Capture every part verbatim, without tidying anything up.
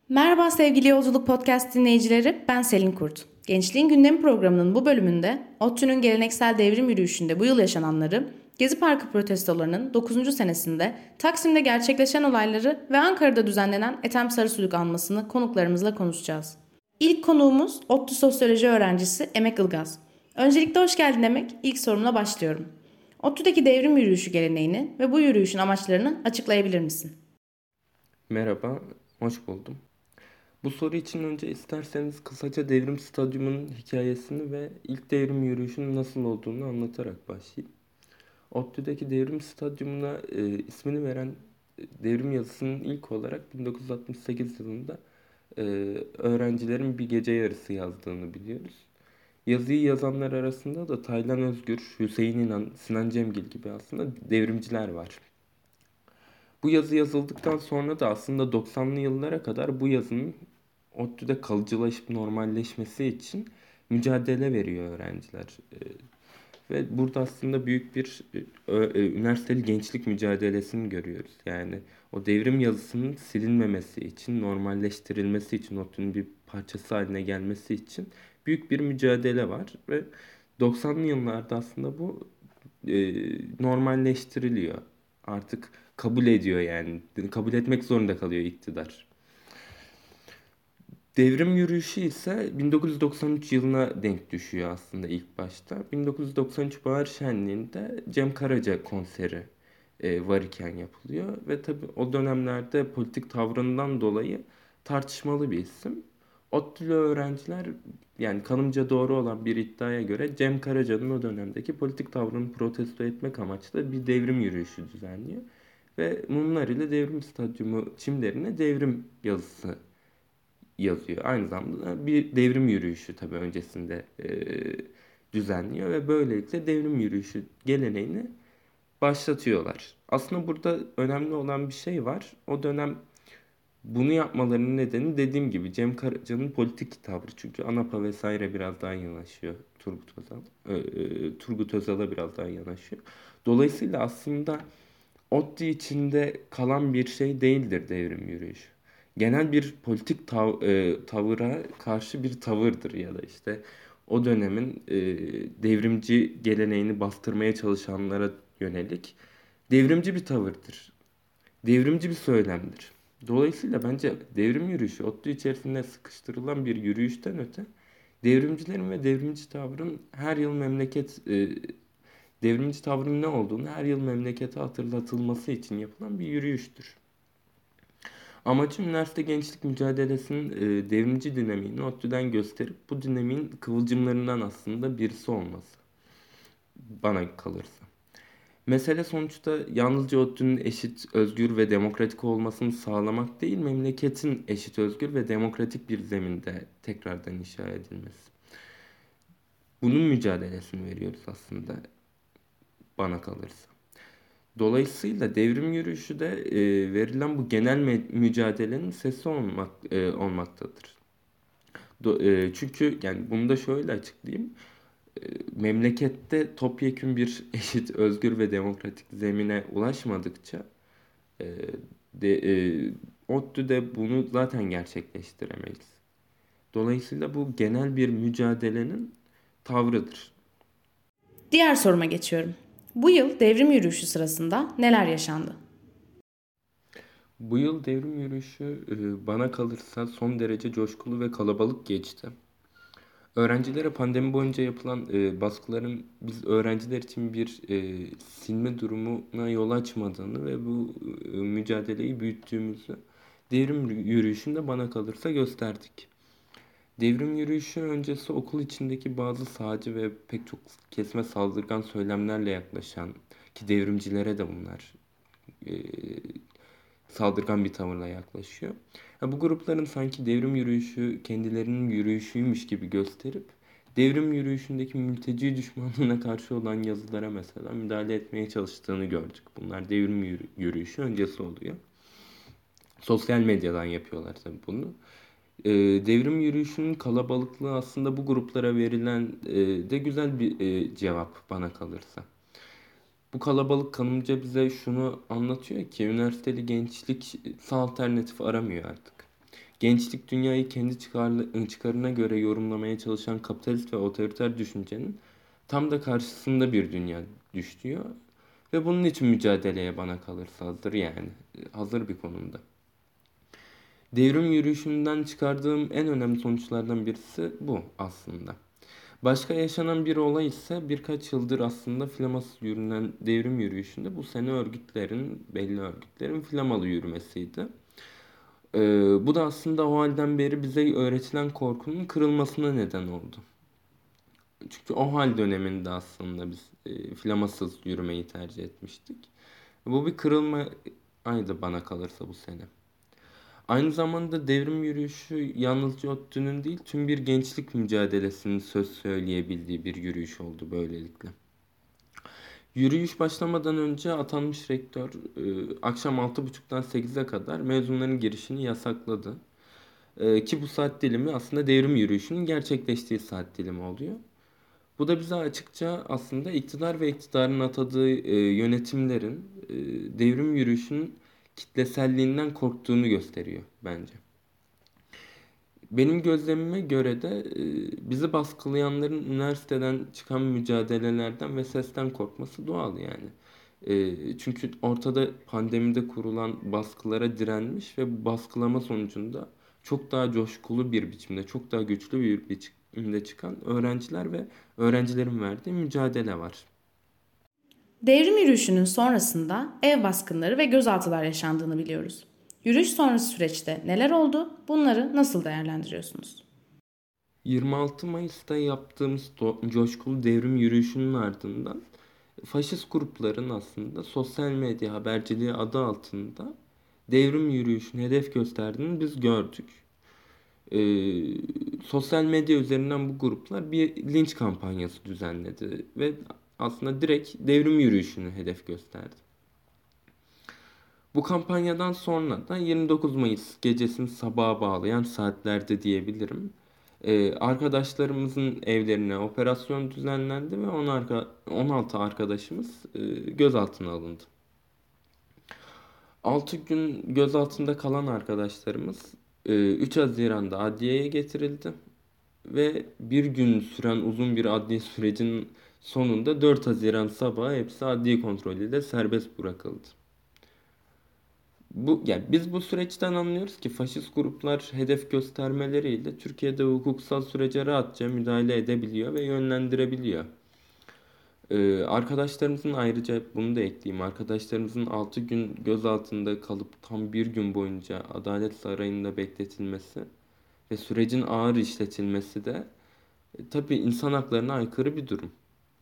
Merhaba sevgili Yolculuk Podcast dinleyicileri, ben Selin Kurt. Gençliğin Gündemi programının bu bölümünde ODTÜ'nün geleneksel devrim yürüyüşünde bu yıl yaşananları, Gezi Parkı protestolarının dokuzuncu senesinde Taksim'de gerçekleşen olayları ve Ankara'da düzenlenen Ethem Sarısülük anmasını konuklarımızla konuşacağız. İlk konuğumuz ODTÜ Sosyoloji öğrencisi Emek Ilgaz. Öncelikle hoş geldin Emek, İlk sorumla başlıyorum. ODTÜ'deki devrim yürüyüşü geleneğini ve bu yürüyüşün amaçlarını açıklayabilir misin? Merhaba, hoş buldum. Bu soru için önce isterseniz kısaca devrim stadyumunun hikayesini ve ilk devrim yürüyüşünün nasıl olduğunu anlatarak başlayayım. ODTÜ'deki devrim stadyumuna e, ismini veren e, devrim yazısının ilk olarak bin dokuz yüz altmış sekiz yılında e, öğrencilerin bir gece yarısı yazdığını biliyoruz. Yazıyı yazanlar arasında da Taylan Özgür, Hüseyin İnan, Sinan Cemgil gibi aslında devrimciler var. Bu yazı yazıldıktan sonra da aslında doksanlı yıllara kadar bu yazının ODTÜ'de kalıcılaşıp normalleşmesi için mücadele veriyor öğrenciler. Ee, Ve burada aslında büyük bir e, ö- e, üniversiteli gençlik mücadelesini görüyoruz. Yani o devrim yazısının silinmemesi için, normalleştirilmesi için, ODTÜ'nün bir parçası haline gelmesi için büyük bir mücadele var. Ve doksanlı yıllarda aslında bu e, normalleştiriliyor. Artık kabul ediyor yani. Kabul etmek zorunda kalıyor iktidar. Devrim yürüyüşü ise bin dokuz yüz doksan üç yılına denk düşüyor aslında ilk başta. bin dokuz yüz doksan üç Bahar Şenliği'nde Cem Karaca konseri e, var iken yapılıyor. Ve tabii o dönemlerde politik tavrından dolayı tartışmalı bir isim. ODTÜ'lü öğrenciler, yani kanımca doğru olan bir iddiaya göre Cem Karaca'nın o dönemdeki politik tavrını protesto etmek amaçlı bir devrim yürüyüşü düzenliyor. Ve mumlar ile devrim stadyumu çimlerine devrim yazısı yazıyor. Aynı zamanda bir devrim yürüyüşü tabii öncesinde e, düzenliyor ve böylelikle devrim yürüyüşü geleneğini başlatıyorlar. Aslında burada önemli olan bir şey var. O dönem bunu yapmalarının nedeni dediğim gibi Cem Karaca'nın politik tavrı. Çünkü ANAP'a vesaire biraz daha yanaşıyor Turgut Özal. E, e, Turgut Özal'a biraz daha yanaşıyor. Dolayısıyla aslında ODTÜ içinde kalan bir şey değildir devrim yürüyüşü. Genel bir politik tav e, tavıra karşı bir tavırdır ya da işte o dönemin e, devrimci geleneğini bastırmaya çalışanlara yönelik devrimci bir tavırdır. Devrimci bir söylemdir. Dolayısıyla bence devrim yürüyüşü ODTÜ içerisinde sıkıştırılan bir yürüyüşten öte devrimcilerin ve devrimci tavrın her yıl memleket e, devrimci tavrın ne olduğunu her yıl memlekete hatırlatılması için yapılan bir yürüyüştür. Amacım üniversite gençlik mücadelesinin e, devrimci dinamiğini ODTÜ'den gösterip bu dinamiğin kıvılcımlarından aslında birisi olması. Bana kalırsa. Mesele sonuçta yalnızca ODTÜ'nün eşit, özgür ve demokratik olmasını sağlamak değil, memleketin eşit, özgür ve demokratik bir zeminde tekrardan inşa edilmesi. Bunun mücadelesini veriyoruz aslında bana kalırsa. Dolayısıyla devrim yürüyüşü de e, verilen bu genel me- mücadelenin sesi olmak e, olmaktadır. Do- e, çünkü yani bunu da şöyle açıklayayım. E, memlekette topyekün bir eşit, özgür ve demokratik zemine ulaşmadıkça e, de, e, ODTÜ'de bunu zaten gerçekleştiremeyiz. Dolayısıyla bu genel bir mücadelenin tavrıdır. Diğer soruma geçiyorum. Bu yıl devrim yürüyüşü sırasında neler yaşandı? Bu yıl devrim yürüyüşü e, bana kalırsa son derece coşkulu ve kalabalık geçti. Öğrencilere pandemi boyunca yapılan e, baskıların biz öğrenciler için bir e, silme durumuna yol açmadığını ve bu e, mücadeleyi büyüttüğümüzü devrim yürüyüşünde bana kalırsa gösterdik. Devrim yürüyüşü öncesi okul içindeki bazı sağcı ve pek çok kesme saldırgan söylemlerle yaklaşan ki devrimcilere de bunlar e, saldırgan bir tavırla yaklaşıyor. Ha, bu grupların sanki devrim yürüyüşü kendilerinin yürüyüşüymüş gibi gösterip devrim yürüyüşündeki mülteci düşmanlığına karşı olan yazılara mesela müdahale etmeye çalıştığını gördük. Bunlar devrim yürü- yürüyüşü öncesi oluyor. Sosyal medyadan yapıyorlar tabii bunu. Ee, devrim yürüyüşünün kalabalıklığı aslında bu gruplara verilen e, de güzel bir e, cevap bana kalırsa. Bu kalabalık kanımca bize şunu anlatıyor ki üniversiteli gençlik sağ alternatif aramıyor artık. Gençlik dünyayı kendi çıkarlı, çıkarına göre yorumlamaya çalışan kapitalist ve otoriter düşüncenin tam da karşısında bir dünya düşüyor. Ve bunun için mücadeleye bana kalırsa hazır yani. Hazır bir konumda. Devrim yürüyüşünden çıkardığım en önemli sonuçlardan birisi bu aslında. Başka yaşanan bir olay ise birkaç yıldır aslında Flamasız yürünen devrim yürüyüşünde bu sene örgütlerin, belli örgütlerin flamalı yürümesiydi. Ee, bu da aslında o halden beri bize öğretilen korkunun kırılmasına neden oldu. Çünkü o hal döneminde aslında biz e, flamasız yürümeyi tercih etmiştik. Bu bir kırılma aydı bana kalırsa bu sene. Aynı zamanda devrim yürüyüşü yalnızca ODTÜ'nün değil tüm bir gençlik mücadelesinin söz söyleyebildiği bir yürüyüş oldu böylelikle. Yürüyüş başlamadan önce atanmış rektör e, akşam altı buçuktan sekize kadar mezunların girişini yasakladı. E, ki bu saat dilimi aslında devrim yürüyüşünün gerçekleştiği saat dilimi oluyor. Bu da bize açıkça aslında iktidar ve iktidarın atadığı e, yönetimlerin e, devrim yürüyüşünün kitleselliğinden korktuğunu gösteriyor bence. Benim gözlemime göre de e, bizi baskılayanların üniversiteden çıkan mücadelelerden ve sesten korkması doğal yani. E, çünkü ortada pandemide kurulan baskılara direnmiş ve bu baskılama sonucunda çok daha coşkulu bir biçimde, çok daha güçlü bir biçimde çıkan öğrenciler ve öğrencilerin verdiği mücadele var. Devrim yürüyüşünün sonrasında ev baskınları ve gözaltılar yaşandığını biliyoruz. Yürüyüş sonrası süreçte neler oldu? Bunları nasıl değerlendiriyorsunuz? yirmi altı Mayıs'ta yaptığımız do- coşkulu devrim yürüyüşünün ardından faşist grupların aslında sosyal medya haberciliği adı altında devrim yürüyüşünü hedef gösterdiğini biz gördük. Ee, sosyal medya üzerinden bu gruplar bir linç kampanyası düzenledi ve aslında direkt devrim yürüyüşünü hedef gösterdi. Bu kampanyadan sonra da yirmi dokuz Mayıs gecesini sabaha bağlayan saatlerde diyebilirim. Ee, arkadaşlarımızın evlerine operasyon düzenlendi ve on arka, on altı arkadaşımız e, gözaltına alındı. altı gün gözaltında kalan arkadaşlarımız e, üç Haziran'da adliyeye getirildi ve bir gün süren uzun bir adliye sürecinin sonunda dört Haziran sabahı hepsi adliye kontrolüyle serbest bırakıldı. Bu, yani biz bu süreçten anlıyoruz ki faşist gruplar hedef göstermeleriyle Türkiye'de hukuksal sürece rahatça müdahale edebiliyor ve yönlendirebiliyor. Ee, arkadaşlarımızın ayrıca bunu da ekleyeyim. Arkadaşlarımızın altı gün gözaltında kalıp tam bir gün boyunca Adalet Sarayı'nda bekletilmesi ve sürecin ağır işletilmesi de e, tabii insan haklarına aykırı bir durum.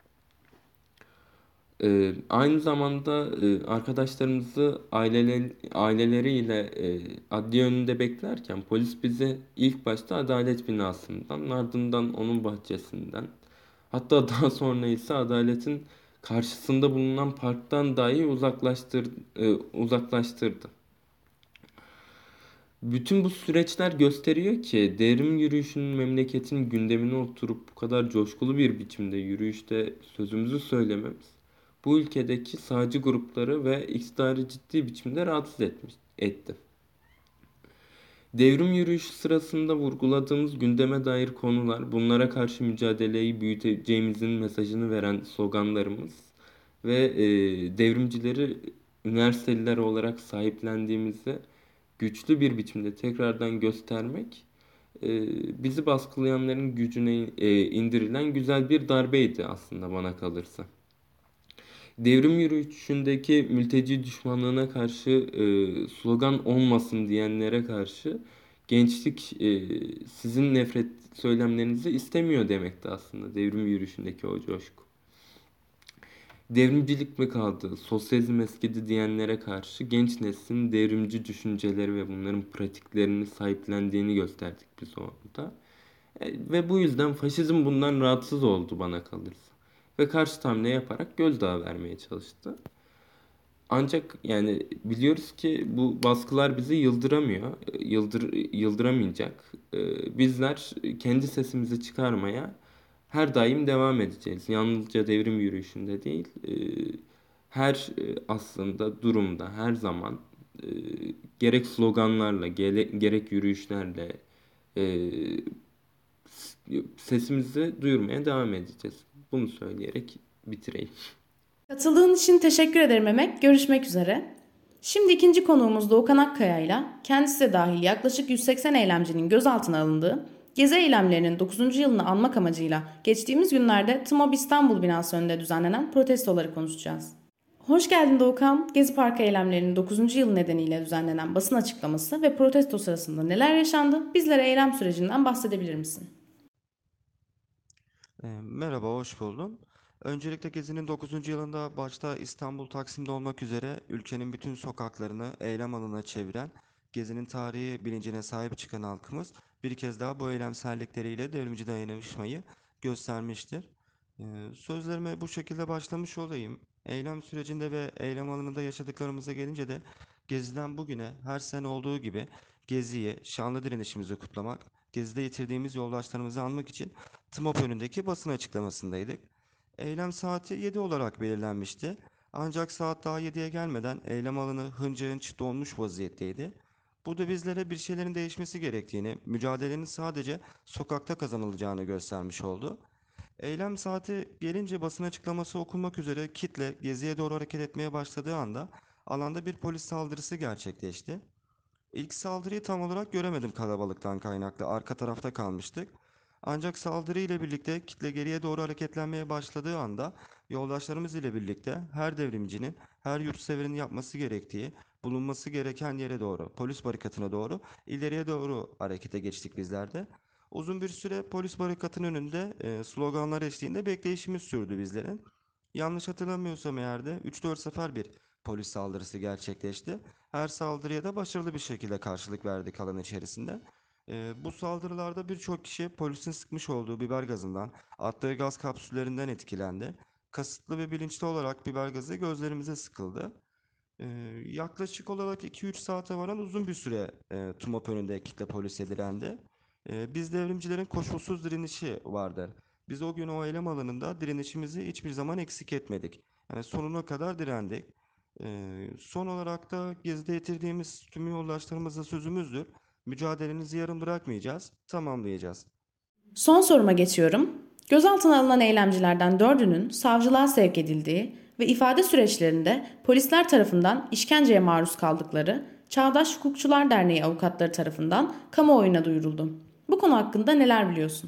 Ee, aynı zamanda e, arkadaşlarımızı aileler, aileleriyle e, adliye önünde beklerken polis bizi ilk başta adalet binasından, ardından onun bahçesinden, hatta daha sonra ise adaletin karşısında bulunan parktan dahi uzaklaştır, e, uzaklaştırdı. Bütün bu süreçler gösteriyor ki devrim yürüyüşünün memleketin gündemine oturup bu kadar coşkulu bir biçimde yürüyüşte sözümüzü söylememiz bu ülkedeki sağcı grupları ve iktidarı ciddi biçimde rahatsız etmiş, etti. Devrim yürüyüşü sırasında vurguladığımız gündeme dair konular, bunlara karşı mücadeleyi büyüteceğimizin mesajını veren sloganlarımız ve e, devrimcileri üniversiteliler olarak sahiplendiğimizi güçlü bir biçimde tekrardan göstermek e, bizi baskılayanların gücüne e, indirilen güzel bir darbeydi aslında bana kalırsa. Devrim yürüyüşündeki mülteci düşmanlığına karşı e, slogan olmasın diyenlere karşı gençlik e, sizin nefret söylemlerinizi istemiyor demekti aslında devrim yürüyüşündeki o coşku. Devrimcilik mi kaldı, sosyalizm eskidi diyenlere karşı genç neslin devrimci düşünceleri ve bunların pratiklerini sahiplendiğini gösterdik biz orada. E, ve bu yüzden faşizm bundan rahatsız oldu bana kalırsa. Ve karşı hamle yaparak gözdağı vermeye çalıştı. Ancak yani biliyoruz ki bu baskılar bizi yıldıramıyor, e, yıldır, yıldıramayacak. E, bizler kendi sesimizi çıkarmaya her daim devam edeceğiz. Yalnızca devrim yürüyüşünde değil, e, her e, aslında durumda, her zaman e, gerek sloganlarla, gere- gerek yürüyüşlerle e, s- sesimizi duyurmaya devam edeceğiz. Bunu söyleyerek bitireyim. Katıldığın için teşekkür ederim Emek. Görüşmek üzere. Şimdi ikinci konuğumuz Doğukan Akkaya ile kendisi de dahil yaklaşık yüz seksen eylemcinin gözaltına alındığı Gezi eylemlerinin dokuzuncu yılını anmak amacıyla geçtiğimiz günlerde TMOB İstanbul binası önünde düzenlenen protestoları konuşacağız. Hoş geldin Doğukan. Gezi Parkı eylemlerinin dokuzuncu yılı nedeniyle düzenlenen basın açıklaması ve protesto sırasında neler yaşandı? Bizlere eylem sürecinden bahsedebilir misin? E, merhaba, hoş buldum. Öncelikle Gezi'nin dokuzuncu yılında başta İstanbul Taksim'de olmak üzere ülkenin bütün sokaklarını eylem alanına çeviren, Gezi'nin tarihi bilincine sahip çıkan halkımız bir kez daha bu eylemsellikleriyle devrimci dayanışmayı göstermiştir. E, Sözlerime bu şekilde başlamış olayım. Eylem sürecinde ve eylem alanında yaşadıklarımıza gelince de Gezi'den bugüne her sene olduğu gibi Gezi'yi, şanlı direnişimizi kutlamak, Gezi'de yitirdiğimiz yoldaşlarımızı anmak için TMOP önündeki basın açıklamasındaydık. Eylem saati yedi olarak belirlenmişti. Ancak saat daha yediye gelmeden eylem alanı hınca hınç dolmuş vaziyetteydi. Bu da bizlere bir şeylerin değişmesi gerektiğini, mücadelenin sadece sokakta kazanılacağını göstermiş oldu. Eylem saati gelince basın açıklaması okunmak üzere kitle Gezi'ye doğru hareket etmeye başladığı anda alanda bir polis saldırısı gerçekleşti. İlk saldırıyı tam olarak göremedim kalabalıktan kaynaklı. Arka tarafta kalmıştık. Ancak saldırı ile birlikte kitle geriye doğru hareketlenmeye başladığı anda yoldaşlarımız ile birlikte her devrimcinin, her yurtseverin yapması gerektiği, bulunması gereken yere doğru, polis barikatına doğru, ileriye doğru harekete geçtik bizler de. Uzun bir süre polis barikatının önünde e, sloganlar eşliğinde bekleyişimiz sürdü bizlerin. Yanlış hatırlamıyorsam eğer de üç dört sefer bir polis saldırısı gerçekleşti. Her saldırıya da başarılı bir şekilde karşılık verdik alan içerisinde. Ee, bu saldırılarda birçok kişi polisin sıkmış olduğu biber gazından, attığı gaz kapsüllerinden etkilendi. Kasıtlı ve bilinçli olarak biber gazı gözlerimize sıkıldı. Ee, Yaklaşık olarak iki üç saate varan uzun bir süre e, TUMOP önünde kitle polise direndi. Ee, biz devrimcilerin koşulsuz direnişi vardır. Biz o gün o eylem alanında direnişimizi hiçbir zaman eksik etmedik. Yani sonuna kadar direndik. Ee, son olarak da Gezi'de yitirdiğimiz tüm yoldaşlarımıza sözümüzdür. Mücadelenizi yarım bırakmayacağız, tamamlayacağız. Son soruma geçiyorum. Gözaltına alınan eylemcilerden dördünün savcılığa sevk edildiği ve ifade süreçlerinde polisler tarafından işkenceye maruz kaldıkları Çağdaş Hukukçular Derneği avukatları tarafından kamuoyuna duyuruldu. Bu konu hakkında neler biliyorsun?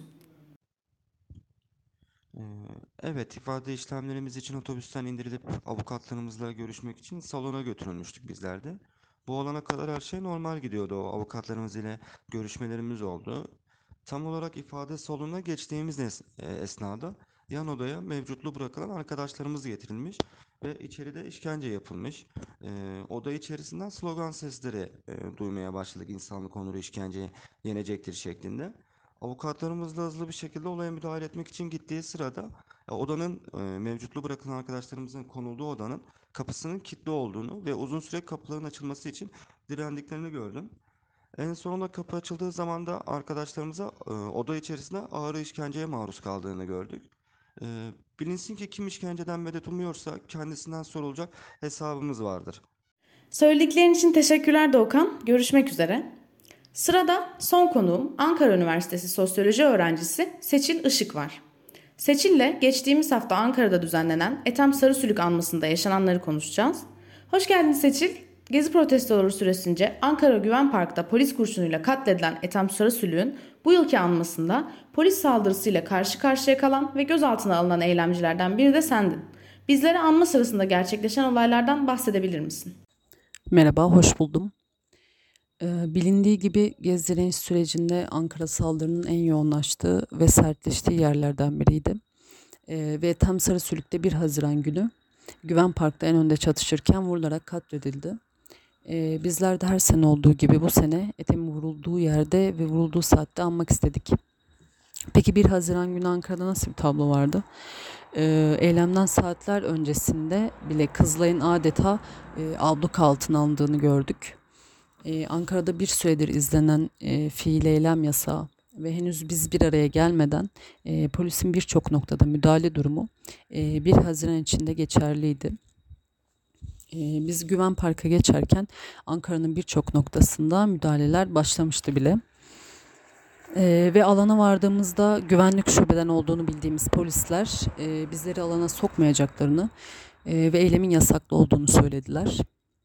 Ee, Evet, ifade işlemlerimiz için otobüsten indirilip avukatlarımızla görüşmek için salona götürülmüştük bizler de. Bu olana kadar her şey normal gidiyordu. O avukatlarımız ile görüşmelerimiz oldu. Tam olarak ifade salonuna geçtiğimiz es- e, esnada yan odaya mevcutlu bırakılan arkadaşlarımız getirilmiş ve içeride işkence yapılmış. Ee, oda içerisinden slogan sesleri e, duymaya başladık. İnsanlık onuru işkenceye yenecektir şeklinde. Avukatlarımız da hızlı bir şekilde olaya müdahale etmek için gittiği sırada e, odanın e, mevcutlu bırakılan arkadaşlarımızın konulduğu odanın kapısının kilitli olduğunu ve uzun süre kapıların açılması için direndiklerini gördüm. En sonunda kapı açıldığı zaman da arkadaşlarımıza e, oda içerisinde ağır işkenceye maruz kaldığını gördük. E, Bilinsin ki kim işkenceden medet umuyorsa kendisinden sorulacak hesabımız vardır. Söylediklerin için teşekkürler Doğukan. Görüşmek üzere. Sırada son konuğum Ankara Üniversitesi Sosyoloji öğrencisi Seçil Işık var. Seçil'le geçtiğimiz hafta Ankara'da düzenlenen Ethem Sarısülük anmasında yaşananları konuşacağız. Hoş geldin Seçil. Gezi protestoları süresince Ankara Güven Park'ta polis kurşunuyla katledilen Ethem Sarısülük'ün bu yılki anmasında polis saldırısıyla karşı karşıya kalan ve gözaltına alınan eylemcilerden biri de sendin. Bizlere anma sırasında gerçekleşen olaylardan bahsedebilir misin? Merhaba, hoş buldum. Ee, bilindiği gibi Gezi direniş sürecinde Ankara saldırının en yoğunlaştığı ve sertleştiği yerlerden biriydi. Ee, ve Ethem Sarısülük de bir Haziran günü Güven Park'ta en önde çatışırken vurularak katledildi. Ee, bizler de her sene olduğu gibi bu sene Ethem'in vurulduğu yerde ve vurulduğu saatte anmak istedik. Peki bir Haziran günü Ankara'da nasıl bir tablo vardı? Ee, eylemden saatler öncesinde bile Kızılay'ın adeta e, abluk altına alındığını gördük. Ee, Ankara'da bir süredir izlenen e, fiil eylem yasağı ve henüz biz bir araya gelmeden e, polisin birçok noktada müdahale durumu e, bir Haziran içinde geçerliydi. Ee, biz Güven Park'a geçerken Ankara'nın birçok noktasında müdahaleler başlamıştı bile. Ee, ve alana vardığımızda güvenlik şubeden olduğunu bildiğimiz polisler e, bizleri alana sokmayacaklarını e, ve eylemin yasaklı olduğunu söylediler.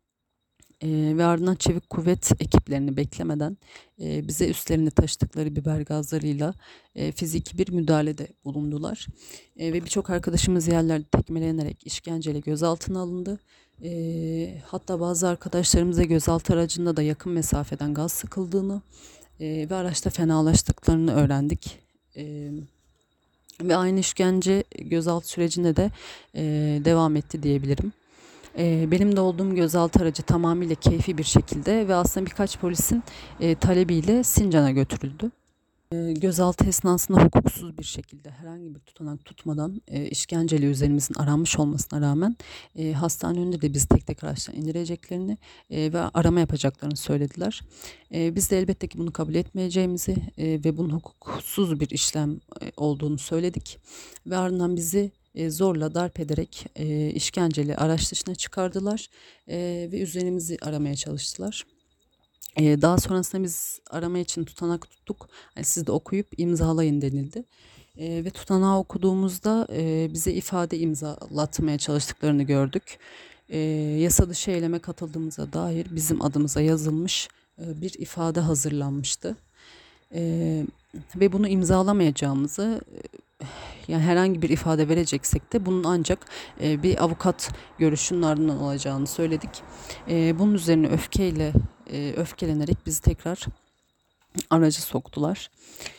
E, ve ardından çevik kuvvet ekiplerini beklemeden e, bize üstlerinde taşıdıkları biber gazlarıyla e, fiziki bir müdahalede bulundular. E, ve birçok arkadaşımız yerlerde tekmelenerek işkenceyle gözaltına alındı. E, hatta bazı arkadaşlarımıza gözaltı aracında da yakın mesafeden gaz sıkıldığını e, ve araçta fenalaştıklarını öğrendik. E, ve aynı işkence gözaltı sürecinde de e, devam etti diyebilirim. E, benim de olduğum gözaltı aracı tamamıyla keyfi bir şekilde ve aslında birkaç polisin e, talebiyle Sincan'a götürüldü. E, gözaltı esnasında hukuksuz bir şekilde herhangi bir tutanak tutmadan e, işkenceyle üzerimizin aranmış olmasına rağmen e, hastane önünde de bizi tek tek araçtan indireceklerini e, ve arama yapacaklarını söylediler. E, biz de elbette ki bunu kabul etmeyeceğimizi e, ve bunun hukuksuz bir işlem e, olduğunu söyledik ve ardından bizi e, zorla darp ederek e, işkenceli araç dışına çıkardılar e, ve üzerimizi aramaya çalıştılar. E, daha sonrasında biz arama için tutanak tuttuk. Yani siz de okuyup imzalayın denildi. E, ve tutanağı okuduğumuzda e, bize ifade imzalatmaya çalıştıklarını gördük. E, yasa dışı eyleme katıldığımıza dair bizim adımıza yazılmış e, bir ifade hazırlanmıştı. E, ve bunu imzalamayacağımızı e, yani herhangi bir ifade vereceksek de bunun ancak e, bir avukat görüşünün ardından olacağını söyledik. E, bunun üzerine öfkeyle e, öfkelenerek bizi tekrar araca soktular.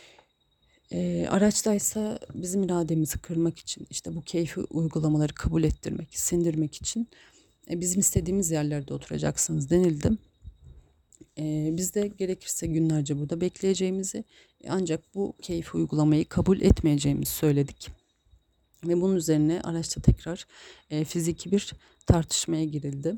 E, araçtaysa bizim irademizi kırmak için, işte bu keyfi uygulamaları kabul ettirmek, sindirmek için e, bizim istediğimiz yerlerde oturacaksınız denildi. E, biz de gerekirse günlerce burada bekleyeceğimizi ancak bu keyfi uygulamayı kabul etmeyeceğimizi söyledik. Ve bunun üzerine araçta tekrar e, fiziki bir tartışmaya girildi.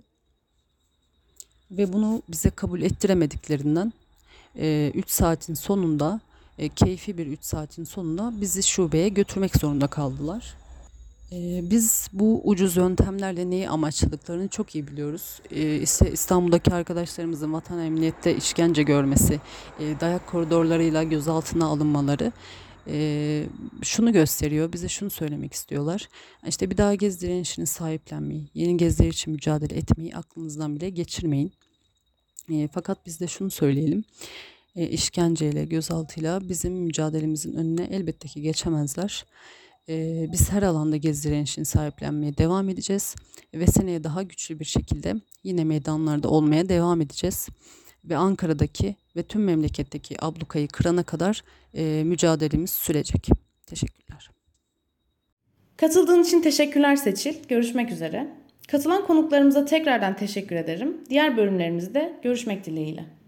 Ve bunu bize kabul ettiremediklerinden üç saatin sonunda e, keyfi bir üç saatin sonunda bizi şubeye götürmek zorunda kaldılar. E, biz bu ucuz yöntemlerle neyi amaçladıklarını çok iyi biliyoruz. E, ise İstanbul'daki arkadaşlarımızın vatan emniyette işkence görmesi, e, dayak koridorlarıyla gözaltına alınmaları e, şunu gösteriyor, bize şunu söylemek istiyorlar. İşte bir daha Gezi direnişini sahiplenmeyi, yeni geziler için mücadele etmeyi aklınızdan bile geçirmeyin. E, fakat biz de şunu söyleyelim. E, işkenceyle, gözaltıyla bizim mücadelemizin önüne elbette ki geçemezler. E, biz her alanda Gezi direnişini sahiplenmeye devam edeceğiz. Ve seneye daha güçlü bir şekilde yine meydanlarda olmaya devam edeceğiz. Ve Ankara'daki ve tüm memleketteki ablukayı kırana kadar e, mücadelemiz sürecek. Teşekkürler. Katıldığın için teşekkürler Seçil. Görüşmek üzere. Katılan konuklarımıza tekrardan teşekkür ederim. Diğer bölümlerimizde görüşmek dileğiyle.